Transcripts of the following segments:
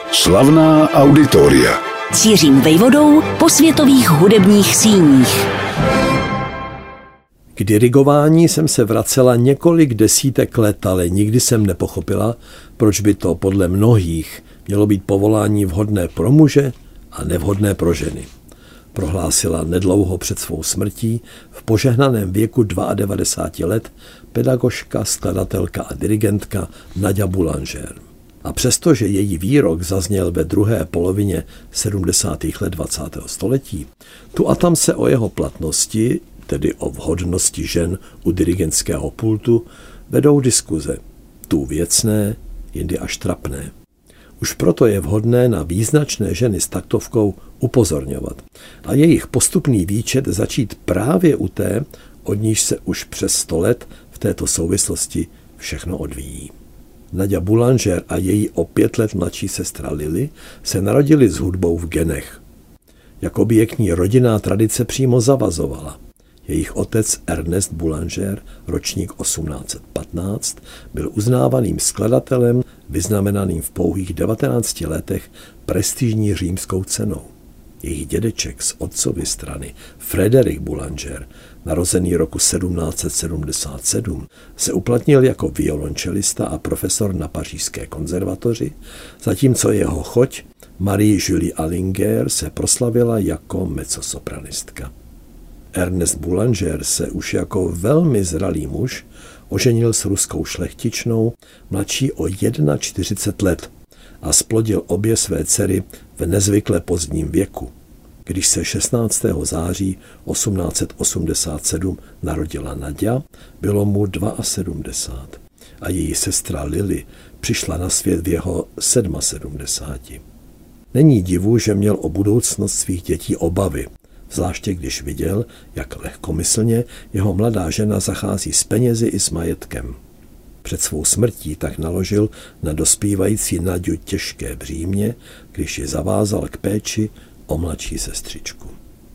Slavná auditoria. Cířím vejvodou po světových hudebních síních. K dirigování jsem se vracela několik desítek let, ale nikdy jsem nepochopila, proč by to podle mnohých mělo být povolání vhodné pro muže a nevhodné pro ženy. Prohlásila nedlouho před svou smrtí v požehnaném věku 92 let pedagožka, skladatelka a dirigentka Naďa Boulanger. A přestože její výrok zazněl ve druhé polovině 70. let 20. století, tu a tam se o jeho platnosti, tedy o vhodnosti žen u dirigentského pultu, vedou diskuze. Tu věcné, jindy až trapné. Už proto je vhodné na význačné ženy s taktovkou upozorňovat a jejich postupný výčet začít právě u té, od níž se už přes 100 let v této souvislosti všechno odvíjí. Naďa Boulanger a její o 5 let mladší sestra Lily se narodili s hudbou v genech. Jakoby je k ní rodinná tradice přímo zavazovala. Jejich otec Ernest Boulanger, ročník 1815, byl uznávaným skladatelem, vyznamenaným v pouhých 19 letech prestižní římskou cenou. Jejich dědeček z otcovy strany, Frédéric Boulanger, narozený roku 1777, se uplatnil jako violončelista a profesor na pařížské konzervatoři, zatímco jeho choť Marie-Julie Allinger se proslavila jako mezzosopranistka. Ernest Boulanger se už jako velmi zralý muž oženil s ruskou šlechtičnou, mladší o 41 let, a splodil obě své dcery v nezvykle pozdním věku. Když se 16. září 1887 narodila Naďa, bylo mu 72 a její sestra Lily přišla na svět v jeho 77. Není divu, že měl o budoucnost svých dětí obavy, zvláště když viděl, jak lehkomyslně jeho mladá žena zachází s penězi i s majetkem. Před svou smrtí tak naložil na dospívající Naďu těžké břímě, když ji zavázal k péči o mladší sestřičku.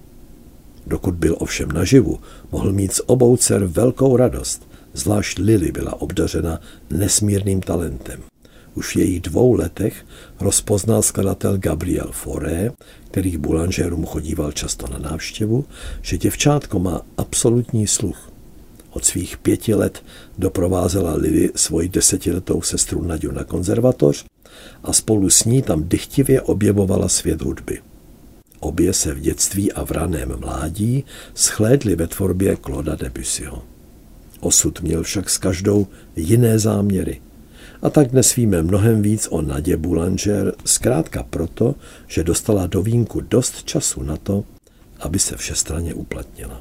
Dokud byl ovšem naživu, mohl mít z obou dcer velkou radost, zvlášť Lily byla obdařena nesmírným talentem. Už v jejich 2 letech rozpoznal skladatel Gabriel Fauré, který k Boulangerům chodíval často na návštěvu, že děvčátko má absolutní sluch. Od svých 5 let doprovázela Lily svoji 10letou sestru Naďu na konzervatoř a spolu s ní tam dychtivě objevovala svět hudby. Obě se v dětství a v raném mládí shlédly ve tvorbě Clauda Debussyho. Osud měl však s každou jiné záměry. A tak dnes víme mnohem víc o Nadě Boulanger, zkrátka proto, že dostala do vínku dost času na to, aby se všestranně uplatnila.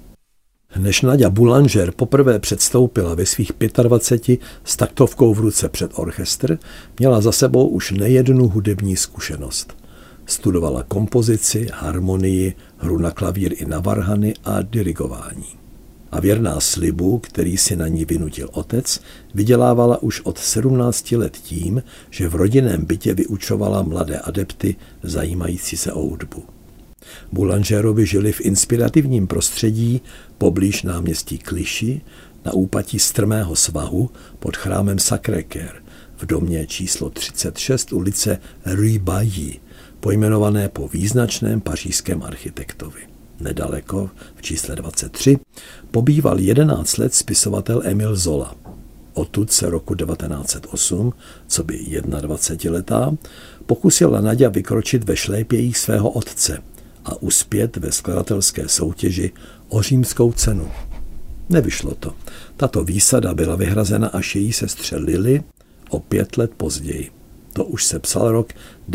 Než Naďa Boulanger poprvé předstoupila ve svých 25 s taktovkou v ruce před orchestr, měla za sebou už nejednu hudební zkušenost. Studovala kompozici, harmonii, hru na klavír i na varhany a dirigování. A věrná slibu, který si na ní vynutil otec, vydělávala už od 17 let tím, že v rodinném bytě vyučovala mladé adepty zajímající se o hudbu. Boulangerovi žili v inspirativním prostředí poblíž náměstí Clichy na úpatí strmého svahu pod chrámem Sacré-Cœur v domě číslo 36 ulice Rue Bailly, pojmenované po význačném pařížském architektovi. Nedaleko, v čísle 23, pobýval 11 let spisovatel Émile Zola. Odtud se roku 1908, co by 21letá, pokusila Naďa vykročit ve šlépějích svého otce a uspět ve skladatelské soutěži o římskou cenu. Nevyšlo to. Tato výsada byla vyhrazena až její sestře Lily o 5 let později. To už se psal rok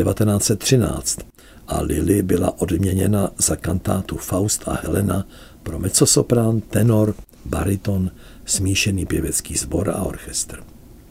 1913 a Lily byla odměněna za kantátu Faust a Helena pro mezzosoprán, tenor, bariton, smíšený pěvecký sbor a orchestr.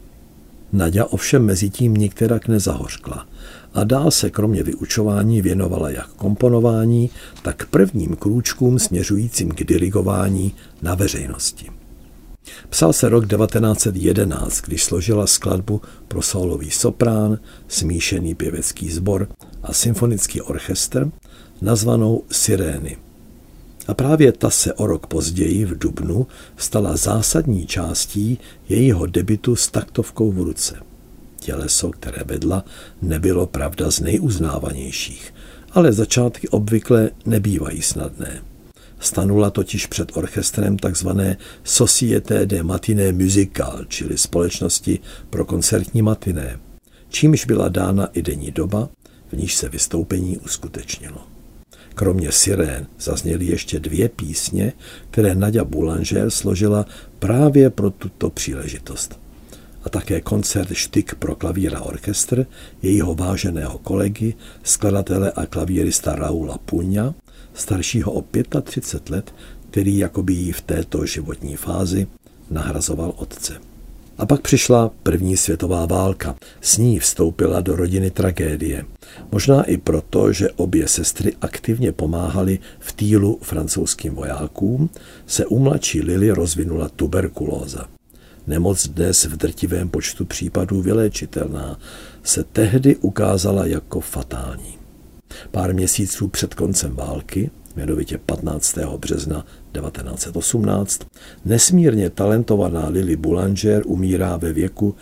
Naďa ovšem mezitím nikterak nezahořkla a dál se kromě vyučování věnovala jak komponování, tak prvním krůčkům směřujícím k dirigování na veřejnosti. Psal se rok 1911, když složila skladbu pro sólový soprán, smíšený pěvecký sbor a symfonický orchestr, nazvanou Sirény. A právě ta se o rok později v dubnu stala zásadní částí jejího debutu s taktovkou v ruce. Těleso, které vedla, nebylo pravda z nejuznávanějších, ale začátky obvykle nebývají snadné. Stanula totiž před orchestrem takzvané Société de Matiné Musicale, čili společnosti pro koncertní matiné, čímž byla dána i denní doba, v níž se vystoupení uskutečnilo. Kromě Sirén zazněly ještě 2 písně, které Naďa Boulanger složila právě pro tuto příležitost. A také koncert Štyk pro klavír a orchestr jejího váženého kolegy, skladatele a klavírista Raula Puňa, staršího o 35 let, který jakoby jí v této životní fázi nahrazoval otce. A pak přišla první světová válka. S ní vstoupila do rodiny tragédie. Možná i proto, že obě sestry aktivně pomáhaly v týlu francouzským vojákům, se u mladší Lily rozvinula tuberkulóza. Nemoc dnes v drtivém počtu případů vyléčitelná se tehdy ukázala jako fatální. Pár měsíců před koncem války, jmenovitě 15. března 1918, nesmírně talentovaná Lily Boulanger umírá ve věku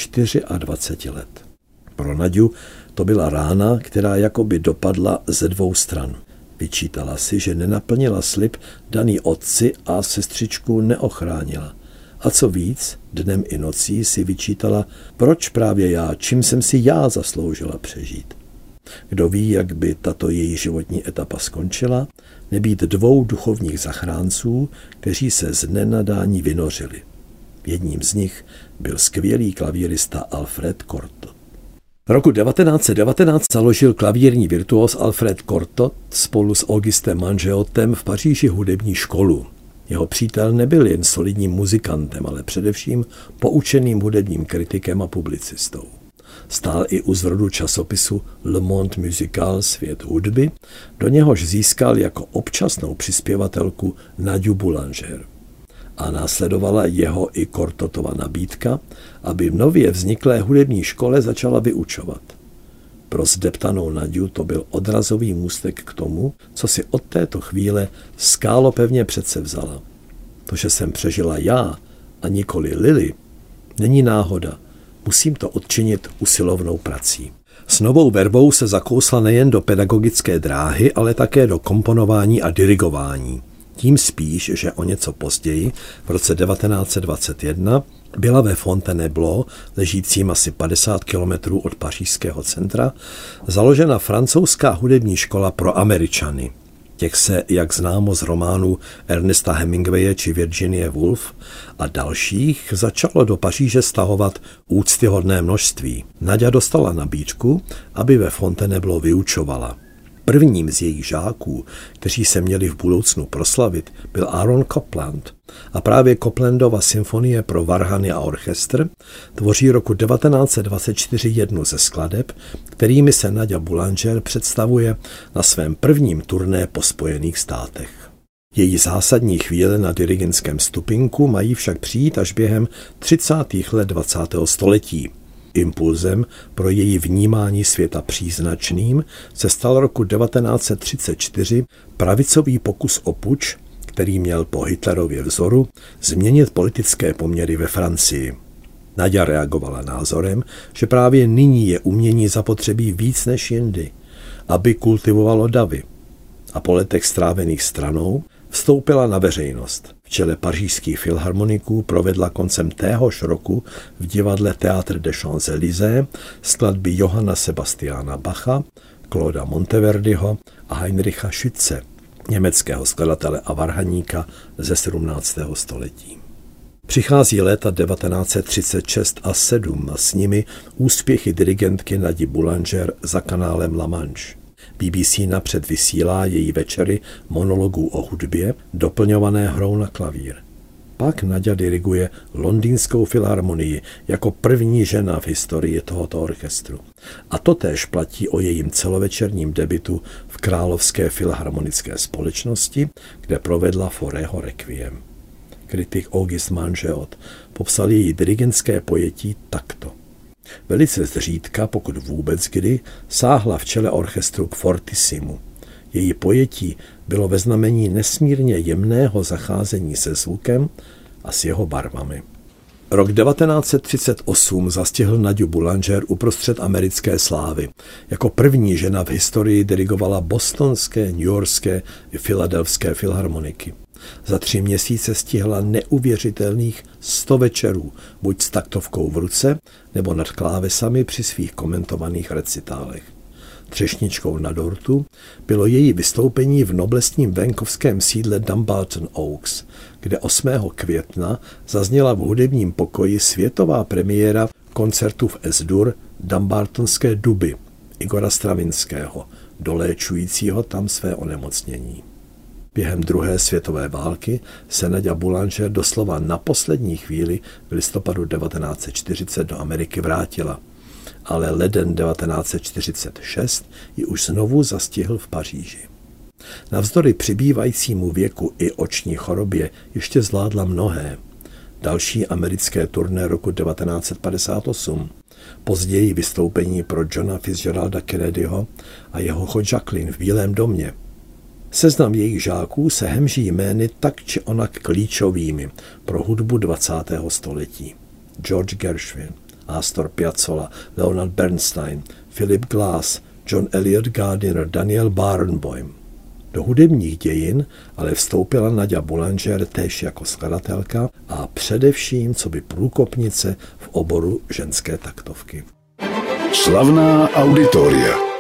24 let. Pro Naďu to byla rána, která jakoby dopadla ze 2 stran. Vyčítala si, že nenaplnila slib daný otci a sestřičku neochránila. A co víc, dnem i nocí si vyčítala, proč právě já, čím jsem si já zasloužila přežít. Kdo ví, jak by tato její životní etapa skončila, nebýt 2 duchovních zachránců, kteří se z nenadání vynořili. Jedním z nich byl skvělý klavírista Alfred Cortot. Roku 1919 založil klavírní virtuóz Alfred Cortot spolu s Augustem Mangeotem v Paříži hudební školu. Jeho přítel nebyl jen solidním muzikantem, ale především poučeným hudebním kritikem a publicistou. Stál i u zrodu časopisu Le Monde Musical, Svět hudby, do něhož získal jako občasnou přispěvatelku Naďu Boulanger. A následovala jeho i Cortotova nabídka, aby v nově vzniklé hudební škole začala vyučovat. Pro zdeptanou Naďu to byl odrazový můstek k tomu, co si od této chvíle skálopevně předsevzala. To, že jsem přežila já a nikoli Lily, není náhoda. Musím to odčinit usilovnou prací. S novou vervou se zakousla nejen do pedagogické dráhy, ale také do komponování a dirigování. Tím spíš, že o něco později, v roce 1921, byla ve Fontainebleau, ležícím asi 50 kilometrů od pařížského centra, založena francouzská hudební škola pro Američany. Těch se, jak známo z románů Ernesta Hemingwaye či Virginie Woolf a dalších, začalo do Paříže stahovat úctyhodné množství. Naďa dostala nabídku, aby ve Fontainebleau vyučovala. Prvním z jejich žáků, kteří se měli v budoucnu proslavit, byl Aaron Copland. A právě Coplandova symfonie pro varhany a orchestr tvoří roku 1924 jednu ze skladeb, kterými se Naďa Boulanger představuje na svém prvním turné po Spojených státech. Její zásadní chvíle na dirigentském stupinku mají však přijít až během 30. let 20. století. Impulzem pro její vnímání světa příznačným se stal roku 1934 pravicový pokus o puč, který měl po Hitlerově vzoru změnit politické poměry ve Francii. Naďa reagovala názorem, že právě nyní je umění zapotřebí víc než jindy, aby kultivovalo davy. A po letech strávených stranou vstoupila na veřejnost. V čele pařížských filharmoniků provedla koncem téhož roku v divadle Théâtre des Champs-Élysées skladby Johanna Sebastiana Bacha, Clauda Monteverdiho a Heinricha Schütze, německého skladatele a varhaníka ze 17. století. Přichází léta 1936 a 7 a s nimi úspěchy dirigentky Nadi Boulanger za kanálem La Manche. BBC napřed vysílá její večery monologů o hudbě, doplňované hrou na klavír. Pak Naďa diriguje Londýnskou filharmonii jako první žena v historii tohoto orchestru. A totéž platí o jejím celovečerním debutu v Královské filharmonické společnosti, kde provedla Faurého Requiem. Kritik Auguste Mangeot popsal její dirigentské pojetí takto. Velice zřídka, pokud vůbec kdy, sáhla v čele orchestru k fortissimu. Její pojetí bylo ve znamení nesmírně jemného zacházení se zvukem a s jeho barvami. Rok 1938 zastihl Naďu Boulanger uprostřed americké slávy. Jako první žena v historii dirigovala bostonské, newyorské i filadelfské filharmoniky. Za 3 měsíce stihla neuvěřitelných 100 večerů, buď s taktovkou v ruce, nebo nad klávesami při svých komentovaných recitálech. Třešničkou na dortu bylo její vystoupení v noblesním venkovském sídle Dumbarton Oaks, kde 8. května zazněla v hudebním pokoji světová premiéra koncertu v S-dur Dumbartonské duby Igora Stravinského, doléčujícího tam své onemocnění. Během druhé světové války se Naďa Boulanger doslova na poslední chvíli v listopadu 1940 do Ameriky vrátila, ale leden 1946 ji už znovu zastihl v Paříži. Navzdory přibývajícímu věku i oční chorobě ještě zvládla mnohé. Další americké turné roku 1958, později vystoupení pro Johna Fitzgeralda Kennedyho a jeho Jacqueline v Bílém domě. Seznam jejich žáků se hemží jmény tak či onak klíčovými pro hudbu 20. století. George Gershwin, Astor Piazzolla, Leonard Bernstein, Philip Glass, John Eliot Gardiner, Daniel Barenboim. Do hudebních dějin ale vstoupila Naďa Boulanger též jako skladatelka a především coby průkopnice v oboru ženské taktovky. Slavná auditoria.